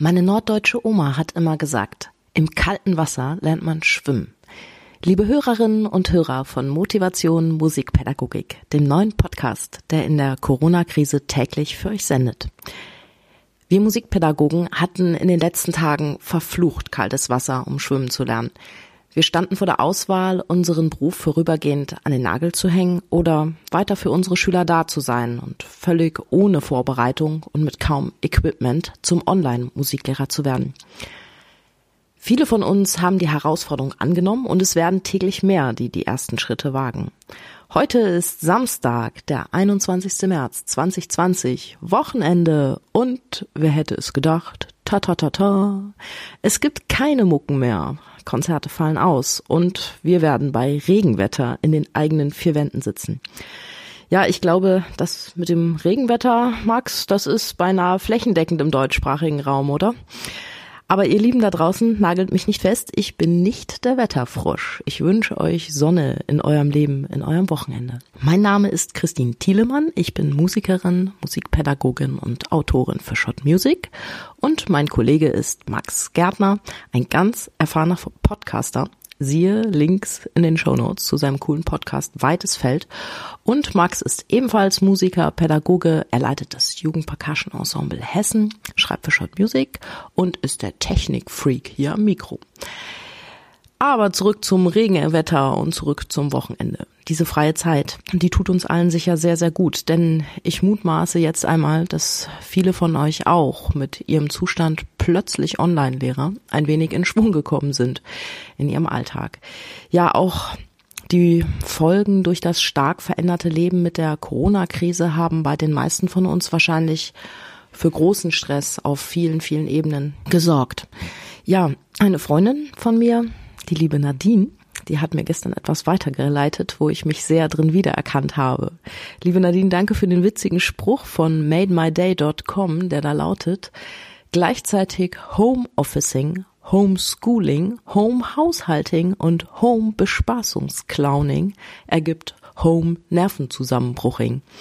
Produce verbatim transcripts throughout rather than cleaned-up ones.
Meine norddeutsche Oma hat immer gesagt, im kalten Wasser lernt man schwimmen. Liebe Hörerinnen und Hörer von Motivation Musikpädagogik, dem neuen Podcast, der in der Corona-Krise täglich für euch sendet. Wir Musikpädagogen hatten in den letzten Tagen verflucht kaltes Wasser, um schwimmen zu lernen. Wir standen vor der Auswahl, unseren Beruf vorübergehend an den Nagel zu hängen oder weiter für unsere Schüler da zu sein und völlig ohne Vorbereitung und mit kaum Equipment zum Online-Musiklehrer zu werden. Viele von uns haben die Herausforderung angenommen und es werden täglich mehr, die die ersten Schritte wagen. Heute ist Samstag, der einundzwanzigster März zweitausendzwanzig, Wochenende und wer hätte es gedacht, ta ta ta ta, es gibt keine Mucken mehr. Konzerte fallen aus und wir werden bei Regenwetter in den eigenen vier Wänden sitzen. Ja, ich glaube, das mit dem Regenwetter, Max, das ist beinahe flächendeckend im deutschsprachigen Raum, oder? Aber ihr Lieben da draußen, nagelt mich nicht fest, ich bin nicht der Wetterfrosch. Ich wünsche euch Sonne in eurem Leben, in eurem Wochenende. Mein Name ist Christine Thielemann, ich bin Musikerin, Musikpädagogin und Autorin für Schott Music. Und mein Kollege ist Max Gärtner, ein ganz erfahrener Podcaster. Siehe Links in den Shownotes zu seinem coolen Podcast Weites Feld. Und Max ist ebenfalls Musiker, Pädagoge. Er leitet das Jugend-Percussion-Ensemble Hessen, schreibt für Schott Music und ist der Technik-Freak hier am Mikro. Aber zurück zum Regenwetter und zurück zum Wochenende. Diese freie Zeit, die tut uns allen sicher sehr, sehr gut, denn ich mutmaße jetzt einmal, dass viele von euch auch mit ihrem Zustand plötzlich Online-Lehrer ein wenig in Schwung gekommen sind in ihrem Alltag. Ja, auch die Folgen durch das stark veränderte Leben mit der Corona-Krise haben bei den meisten von uns wahrscheinlich für großen Stress auf vielen, vielen Ebenen gesorgt. Ja, eine Freundin von mir, die liebe Nadine, die hat mir gestern etwas weitergeleitet, wo ich mich sehr drin wiedererkannt habe. Liebe Nadine, danke für den witzigen Spruch von made my day dot com, der da lautet: Gleichzeitig Homeofficing, Homeschooling, Home-Haushalting und Home-Bespaßungsclowning ergibt Home-Nervenzusammenbruching.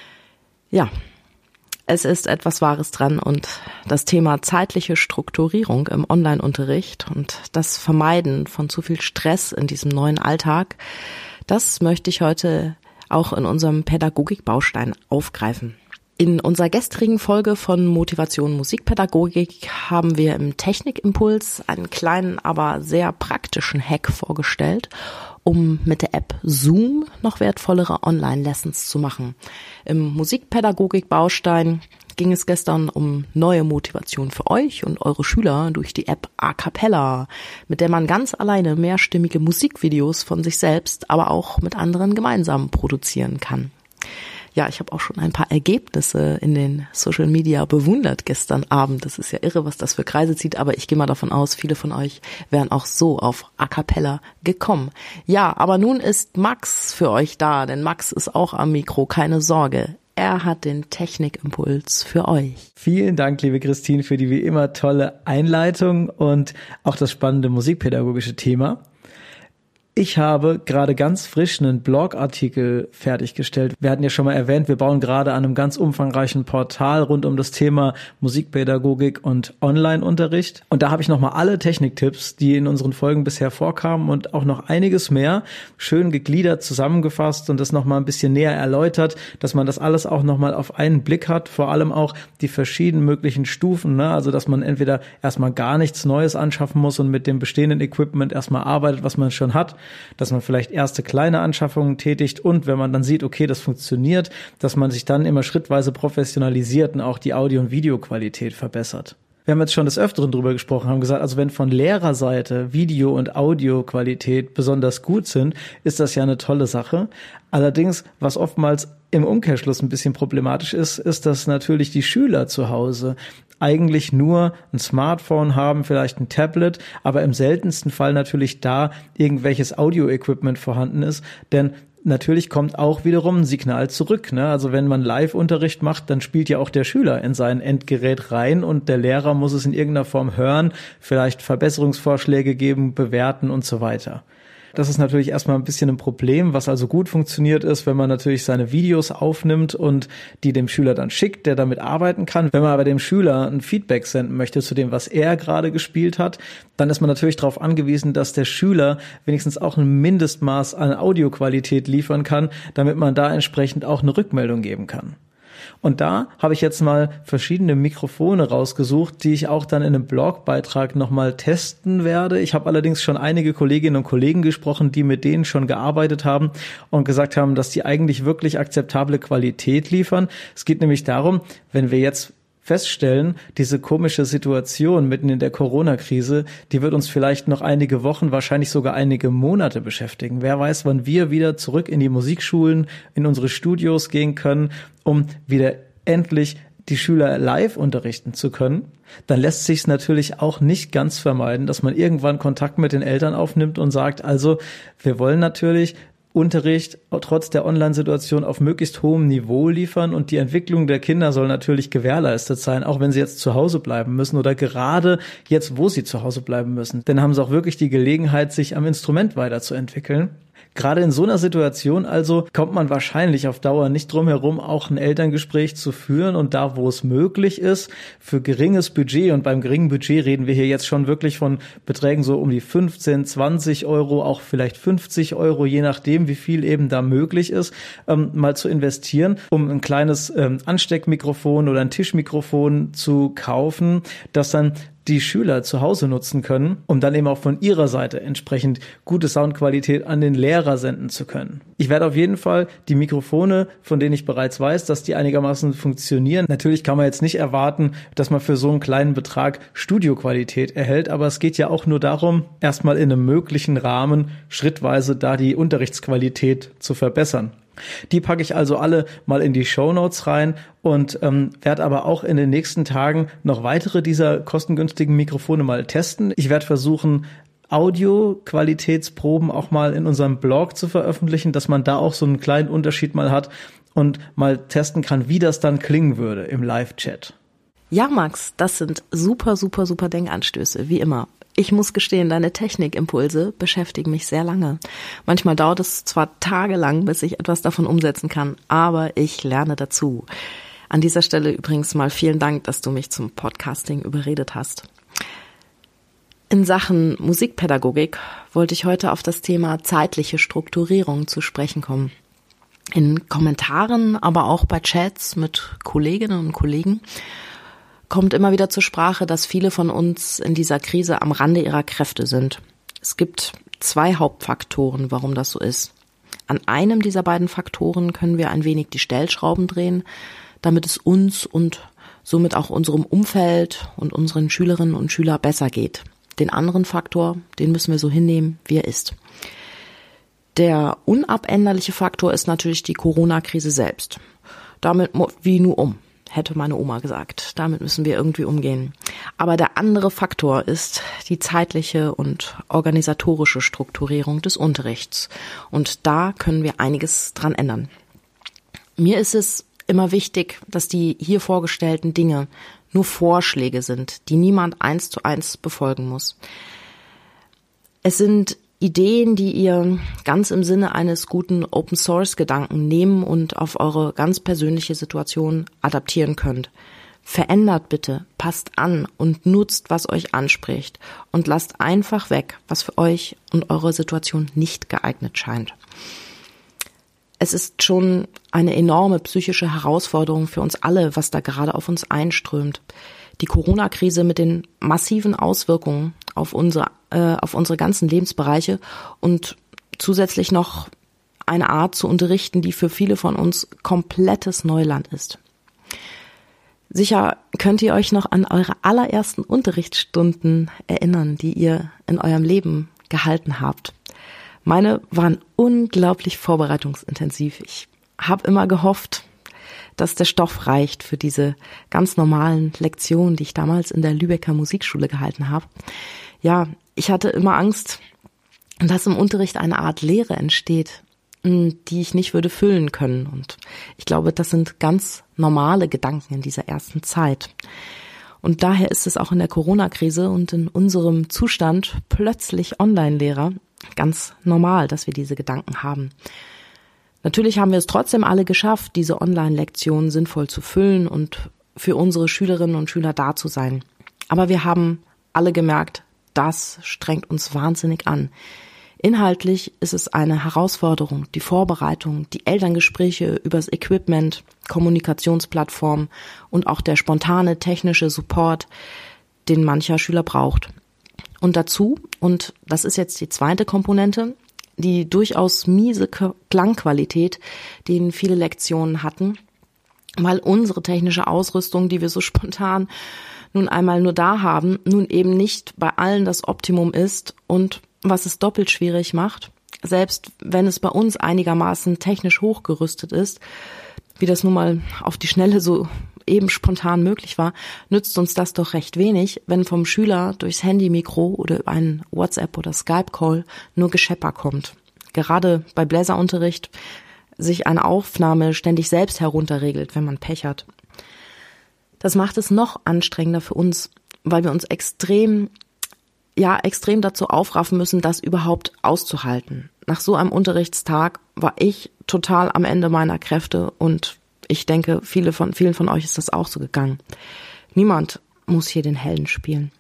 Ja, es ist etwas Wahres dran und das Thema zeitliche Strukturierung im Online-Unterricht und das Vermeiden von zu viel Stress in diesem neuen Alltag, das möchte ich heute auch in unserem Pädagogik-Baustein aufgreifen. In unserer gestrigen Folge von Motivation Musikpädagogik haben wir im Technikimpuls einen kleinen, aber sehr praktischen Hack vorgestellt, um mit der App Zoom noch wertvollere Online-Lessons zu machen. Im Musikpädagogik-Baustein ging es gestern um neue Motivation für euch und eure Schüler durch die App A Cappella, mit der man ganz alleine mehrstimmige Musikvideos von sich selbst, aber auch mit anderen gemeinsam produzieren kann. Ja, ich habe auch schon ein paar Ergebnisse in den Social Media bewundert gestern Abend. Das ist ja irre, was das für Kreise zieht, aber ich gehe mal davon aus, viele von euch wären auch so auf A Cappella gekommen. Ja, aber nun ist Max für euch da, denn Max ist auch am Mikro, keine Sorge. Er hat den Technikimpuls für euch. Vielen Dank, liebe Christine, für die wie immer tolle Einleitung und auch das spannende musikpädagogische Thema. Ich habe gerade ganz frisch einen Blogartikel fertiggestellt. Wir hatten ja schon mal erwähnt, wir bauen gerade an einem ganz umfangreichen Portal rund um das Thema Musikpädagogik und Online-Unterricht. Und da habe ich nochmal alle Techniktipps, die in unseren Folgen bisher vorkamen und auch noch einiges mehr schön gegliedert zusammengefasst und das nochmal ein bisschen näher erläutert, dass man das alles auch nochmal auf einen Blick hat. Vor allem auch die verschiedenen möglichen Stufen, ne? Also dass man entweder erstmal gar nichts Neues anschaffen muss und mit dem bestehenden Equipment erstmal arbeitet, was man schon hat, dass man vielleicht erste kleine Anschaffungen tätigt und wenn man dann sieht, okay, das funktioniert, dass man sich dann immer schrittweise professionalisiert und auch die Audio- und Videoqualität verbessert. Wir haben jetzt schon des Öfteren drüber gesprochen, haben gesagt, also wenn von Lehrerseite Video- und Audioqualität besonders gut sind, ist das ja eine tolle Sache. Allerdings, was oftmals im Umkehrschluss ein bisschen problematisch ist, ist, dass natürlich die Schüler zu Hause eigentlich nur ein Smartphone haben, vielleicht ein Tablet, aber im seltensten Fall natürlich da irgendwelches Audio-Equipment vorhanden ist, denn natürlich kommt auch wiederum ein Signal zurück, ne? Also wenn man Live-Unterricht macht, dann spielt ja auch der Schüler in sein Endgerät rein und der Lehrer muss es in irgendeiner Form hören, vielleicht Verbesserungsvorschläge geben, bewerten und so weiter. Das ist natürlich erstmal ein bisschen ein Problem. Was also gut funktioniert ist, wenn man natürlich seine Videos aufnimmt und die dem Schüler dann schickt, der damit arbeiten kann. Wenn man aber dem Schüler ein Feedback senden möchte zu dem, was er gerade gespielt hat, dann ist man natürlich darauf angewiesen, dass der Schüler wenigstens auch ein Mindestmaß an Audioqualität liefern kann, damit man da entsprechend auch eine Rückmeldung geben kann. Und da habe ich jetzt mal verschiedene Mikrofone rausgesucht, die ich auch dann in einem Blogbeitrag nochmal testen werde. Ich habe allerdings schon einige Kolleginnen und Kollegen gesprochen, die mit denen schon gearbeitet haben und gesagt haben, dass die eigentlich wirklich akzeptable Qualität liefern. Es geht nämlich darum, wenn wir jetzt feststellen, diese komische Situation mitten in der Corona-Krise, die wird uns vielleicht noch einige Wochen, wahrscheinlich sogar einige Monate beschäftigen. Wer weiß, wann wir wieder zurück in die Musikschulen, in unsere Studios gehen können, um wieder endlich die Schüler live unterrichten zu können. Dann lässt sich es natürlich auch nicht ganz vermeiden, dass man irgendwann Kontakt mit den Eltern aufnimmt und sagt, also wir wollen natürlich Unterricht trotz der Online-Situation auf möglichst hohem Niveau liefern und die Entwicklung der Kinder soll natürlich gewährleistet sein, auch wenn sie jetzt zu Hause bleiben müssen oder gerade jetzt, wo sie zu Hause bleiben müssen. Denn haben sie auch wirklich die Gelegenheit, sich am Instrument weiterzuentwickeln. Gerade in so einer Situation also kommt man wahrscheinlich auf Dauer nicht drum herum, auch ein Elterngespräch zu führen und da, wo es möglich ist, für geringes Budget, und beim geringen Budget reden wir hier jetzt schon wirklich von Beträgen so um die fünfzehn, zwanzig Euro, auch vielleicht fünfzig Euro, je nachdem, wie viel eben da möglich ist, ähm, mal zu investieren, um ein kleines ähm, Ansteckmikrofon oder ein Tischmikrofon zu kaufen, das dann die Schüler zu Hause nutzen können, um dann eben auch von ihrer Seite entsprechend gute Soundqualität an den Lehrer senden zu können. Ich werde auf jeden Fall die Mikrofone, von denen ich bereits weiß, dass die einigermaßen funktionieren. Natürlich kann man jetzt nicht erwarten, dass man für so einen kleinen Betrag Studioqualität erhält, aber es geht ja auch nur darum, erstmal in einem möglichen Rahmen schrittweise da die Unterrichtsqualität zu verbessern. Die packe ich also alle mal in die Shownotes rein und ähm, werde aber auch in den nächsten Tagen noch weitere dieser kostengünstigen Mikrofone mal testen. Ich werde versuchen, Audio-Qualitätsproben auch mal in unserem Blog zu veröffentlichen, dass man da auch so einen kleinen Unterschied mal hat und mal testen kann, wie das dann klingen würde im Live-Chat. Ja, Max, das sind super, super, super Denkanstöße, wie immer. Ich muss gestehen, deine Technikimpulse beschäftigen mich sehr lange. Manchmal dauert es zwar tagelang, bis ich etwas davon umsetzen kann, aber ich lerne dazu. An dieser Stelle übrigens mal vielen Dank, dass du mich zum Podcasting überredet hast. In Sachen Musikpädagogik wollte ich heute auf das Thema zeitliche Strukturierung zu sprechen kommen. In Kommentaren, aber auch bei Chats mit Kolleginnen und Kollegen kommt immer wieder zur Sprache, dass viele von uns in dieser Krise am Rande ihrer Kräfte sind. Es gibt zwei Hauptfaktoren, warum das so ist. An einem dieser beiden Faktoren können wir ein wenig die Stellschrauben drehen, damit es uns und somit auch unserem Umfeld und unseren Schülerinnen und Schülern besser geht. Den anderen Faktor, den müssen wir so hinnehmen, wie er ist. Der unabänderliche Faktor ist natürlich die Corona-Krise selbst. Damit wie nur um. Hätte meine Oma gesagt. Damit müssen wir irgendwie umgehen. Aber der andere Faktor ist die zeitliche und organisatorische Strukturierung des Unterrichts. Und da können wir einiges dran ändern. Mir ist es immer wichtig, dass die hier vorgestellten Dinge nur Vorschläge sind, die niemand eins zu eins befolgen muss. Es sind Ideen, die ihr ganz im Sinne eines guten Open-Source-Gedanken nehmen und auf eure ganz persönliche Situation adaptieren könnt. Verändert bitte, passt an und nutzt, was euch anspricht und lasst einfach weg, was für euch und eure Situation nicht geeignet scheint. Es ist schon eine enorme psychische Herausforderung für uns alle, was da gerade auf uns einströmt. Die Corona-Krise mit den massiven Auswirkungen auf unsere, äh, auf unsere ganzen Lebensbereiche und zusätzlich noch eine Art zu unterrichten, die für viele von uns komplettes Neuland ist. Sicher könnt ihr euch noch an eure allerersten Unterrichtsstunden erinnern, die ihr in eurem Leben gehalten habt. Meine waren unglaublich vorbereitungsintensiv. Ich habe immer gehofft, dass der Stoff reicht für diese ganz normalen Lektionen, die ich damals in der Lübecker Musikschule gehalten habe. Ja, ich hatte immer Angst, dass im Unterricht eine Art Leere entsteht, die ich nicht würde füllen können. Und ich glaube, das sind ganz normale Gedanken in dieser ersten Zeit. Und daher ist es auch in der Corona-Krise und in unserem Zustand plötzlich Online-Lehrer ganz normal, dass wir diese Gedanken haben. Natürlich haben wir es trotzdem alle geschafft, diese Online-Lektionen sinnvoll zu füllen und für unsere Schülerinnen und Schüler da zu sein. Aber wir haben alle gemerkt, das strengt uns wahnsinnig an. Inhaltlich ist es eine Herausforderung, die Vorbereitung, die Elterngespräche übers Equipment, Kommunikationsplattform und auch der spontane technische Support, den mancher Schüler braucht. Und dazu, und das ist jetzt die zweite Komponente, die durchaus miese Klangqualität, den viele Lektionen hatten, weil unsere technische Ausrüstung, die wir so spontan nun einmal nur da haben, nun eben nicht bei allen das Optimum ist und was es doppelt schwierig macht, selbst wenn es bei uns einigermaßen technisch hochgerüstet ist, wie das nun mal auf die Schnelle so eben spontan möglich war, nützt uns das doch recht wenig, wenn vom Schüler durchs Handymikro oder über einen WhatsApp- oder Skype-Call nur Geschepper kommt. Gerade bei Bläserunterricht sich eine Aufnahme ständig selbst herunterregelt, wenn man Pech hat. Das macht es noch anstrengender für uns, weil wir uns extrem, ja, extrem dazu aufraffen müssen, das überhaupt auszuhalten. Nach so einem Unterrichtstag war ich total am Ende meiner Kräfte und ich denke, viele von, vielen von euch ist das auch so gegangen. Niemand muss hier den Helden spielen.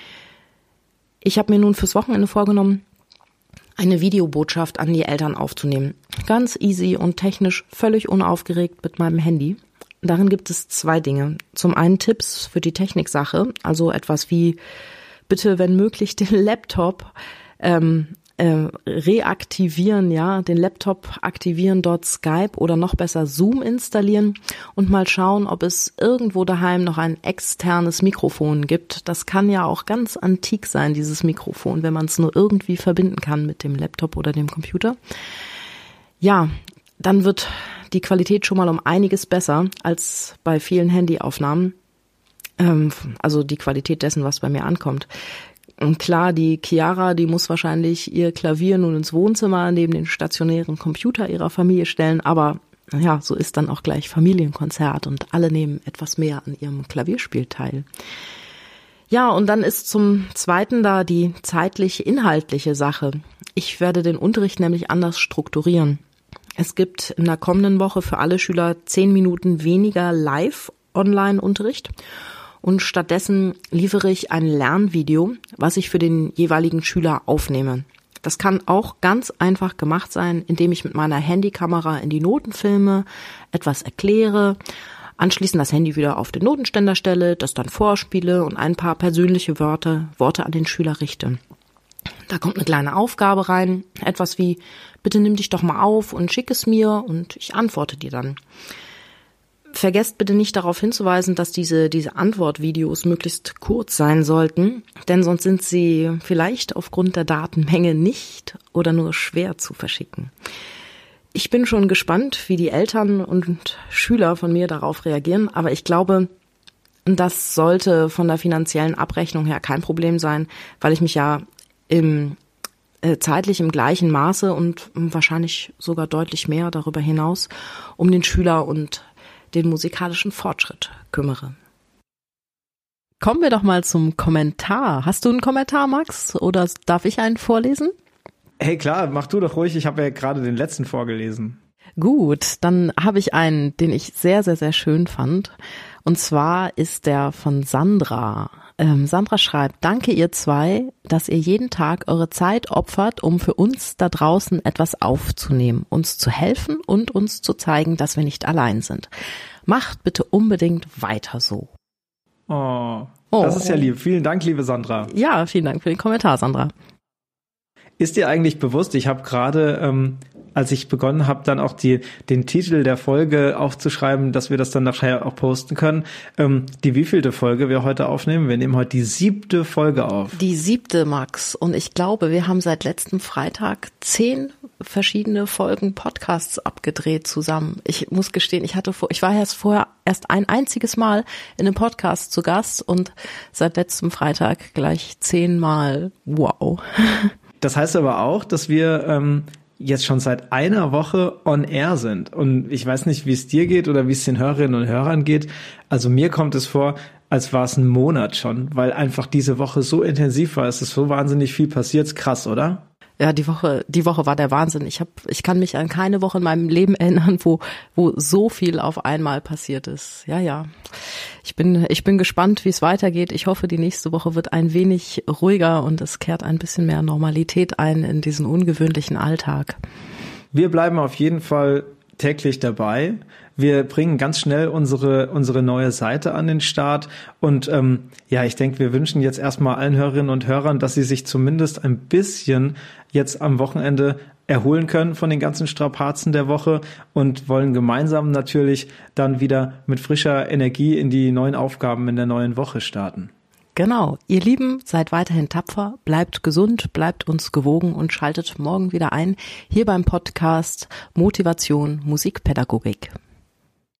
Ich habe mir nun fürs Wochenende vorgenommen, eine Videobotschaft an die Eltern aufzunehmen. Ganz easy und technisch völlig unaufgeregt mit meinem Handy. Darin gibt es zwei Dinge. Zum einen Tipps für die Techniksache, also etwas wie bitte, wenn möglich, den Laptop ähm, äh, reaktivieren, ja, den Laptop aktivieren, dort Skype oder noch besser Zoom installieren und mal schauen, ob es irgendwo daheim noch ein externes Mikrofon gibt. Das kann ja auch ganz antik sein, dieses Mikrofon, wenn man es nur irgendwie verbinden kann mit dem Laptop oder dem Computer. Ja, dann wird die Qualität schon mal um einiges besser als bei vielen Handyaufnahmen. Ähm, also die Qualität dessen, was bei mir ankommt. Und klar, die Chiara, die muss wahrscheinlich ihr Klavier nun ins Wohnzimmer neben den stationären Computer ihrer Familie stellen, aber ja, so ist dann auch gleich Familienkonzert und alle nehmen etwas mehr an ihrem Klavierspiel teil. Ja, und dann ist zum Zweiten da die zeitlich-inhaltliche Sache. Ich werde den Unterricht nämlich anders strukturieren. Es gibt in der kommenden Woche für alle Schüler zehn Minuten weniger Live-Online-Unterricht. Und stattdessen liefere ich ein Lernvideo, was ich für den jeweiligen Schüler aufnehme. Das kann auch ganz einfach gemacht sein, indem ich mit meiner Handykamera in die Noten filme, etwas erkläre, anschließend das Handy wieder auf den Notenständer stelle, das dann vorspiele und ein paar persönliche Wörter, Worte an den Schüler richte. Da kommt eine kleine Aufgabe rein, etwas wie, bitte nimm dich doch mal auf und schick es mir und ich antworte dir dann. Vergesst bitte nicht darauf hinzuweisen, dass diese, diese Antwortvideos möglichst kurz sein sollten, denn sonst sind sie vielleicht aufgrund der Datenmenge nicht oder nur schwer zu verschicken. Ich bin schon gespannt, wie die Eltern und Schüler von mir darauf reagieren, aber ich glaube, das sollte von der finanziellen Abrechnung her kein Problem sein, weil ich mich ja im äh, zeitlich im gleichen Maße und wahrscheinlich sogar deutlich mehr darüber hinaus um den Schüler und den musikalischen Fortschritt kümmere. Kommen wir doch mal zum Kommentar. Hast du einen Kommentar, Max, oder darf ich einen vorlesen? Hey, klar, mach du doch ruhig. Ich habe ja gerade den letzten vorgelesen. Gut, dann habe ich einen, den ich sehr, sehr, sehr schön fand. Und zwar ist der von Sandra. Ähm, Sandra schreibt, danke ihr zwei, dass ihr jeden Tag eure Zeit opfert, um für uns da draußen etwas aufzunehmen, uns zu helfen und uns zu zeigen, dass wir nicht allein sind. Macht bitte unbedingt weiter so. Oh, das oh. ist ja lieb. Vielen Dank, liebe Sandra. Ja, vielen Dank für den Kommentar, Sandra. Ist dir eigentlich bewusst, ich habe gerade, ähm, als ich begonnen habe, dann auch die, den Titel der Folge aufzuschreiben, dass wir das dann nachher auch posten können, ähm, die wievielte Folge wir heute aufnehmen? Wir nehmen heute die siebte Folge auf. Die siebte, Max. Und ich glaube, wir haben seit letztem Freitag zehn verschiedene Folgen Podcasts abgedreht zusammen. Ich muss gestehen, ich hatte vor, ich war erst vorher erst ein einziges Mal in einem Podcast zu Gast und seit letztem Freitag gleich zehnmal. Wow. Das heißt aber auch, dass wir ähm, jetzt schon seit einer Woche on air sind. Und ich weiß nicht, wie es dir geht oder wie es den Hörerinnen und Hörern geht. Also mir kommt es vor, als war es ein Monat schon, weil einfach diese Woche so intensiv war. Es ist so wahnsinnig viel passiert. Krass, oder? Ja, die Woche, die Woche war der Wahnsinn. Ich habe, ich kann mich an keine Woche in meinem Leben erinnern, wo, wo so viel auf einmal passiert ist. Ja, ja. Ich bin, ich bin gespannt, wie es weitergeht. Ich hoffe, die nächste Woche wird ein wenig ruhiger und es kehrt ein bisschen mehr Normalität ein in diesen ungewöhnlichen Alltag. Wir bleiben auf jeden Fall täglich dabei. Wir bringen ganz schnell unsere unsere neue Seite an den Start und ähm, ja, ich denke, wir wünschen jetzt erstmal allen Hörerinnen und Hörern, dass sie sich zumindest ein bisschen jetzt am Wochenende erholen können von den ganzen Strapazen der Woche und wollen gemeinsam natürlich dann wieder mit frischer Energie in die neuen Aufgaben in der neuen Woche starten. Genau. Ihr Lieben, seid weiterhin tapfer, bleibt gesund, bleibt uns gewogen und schaltet morgen wieder ein, hier beim Podcast Motivation Musikpädagogik.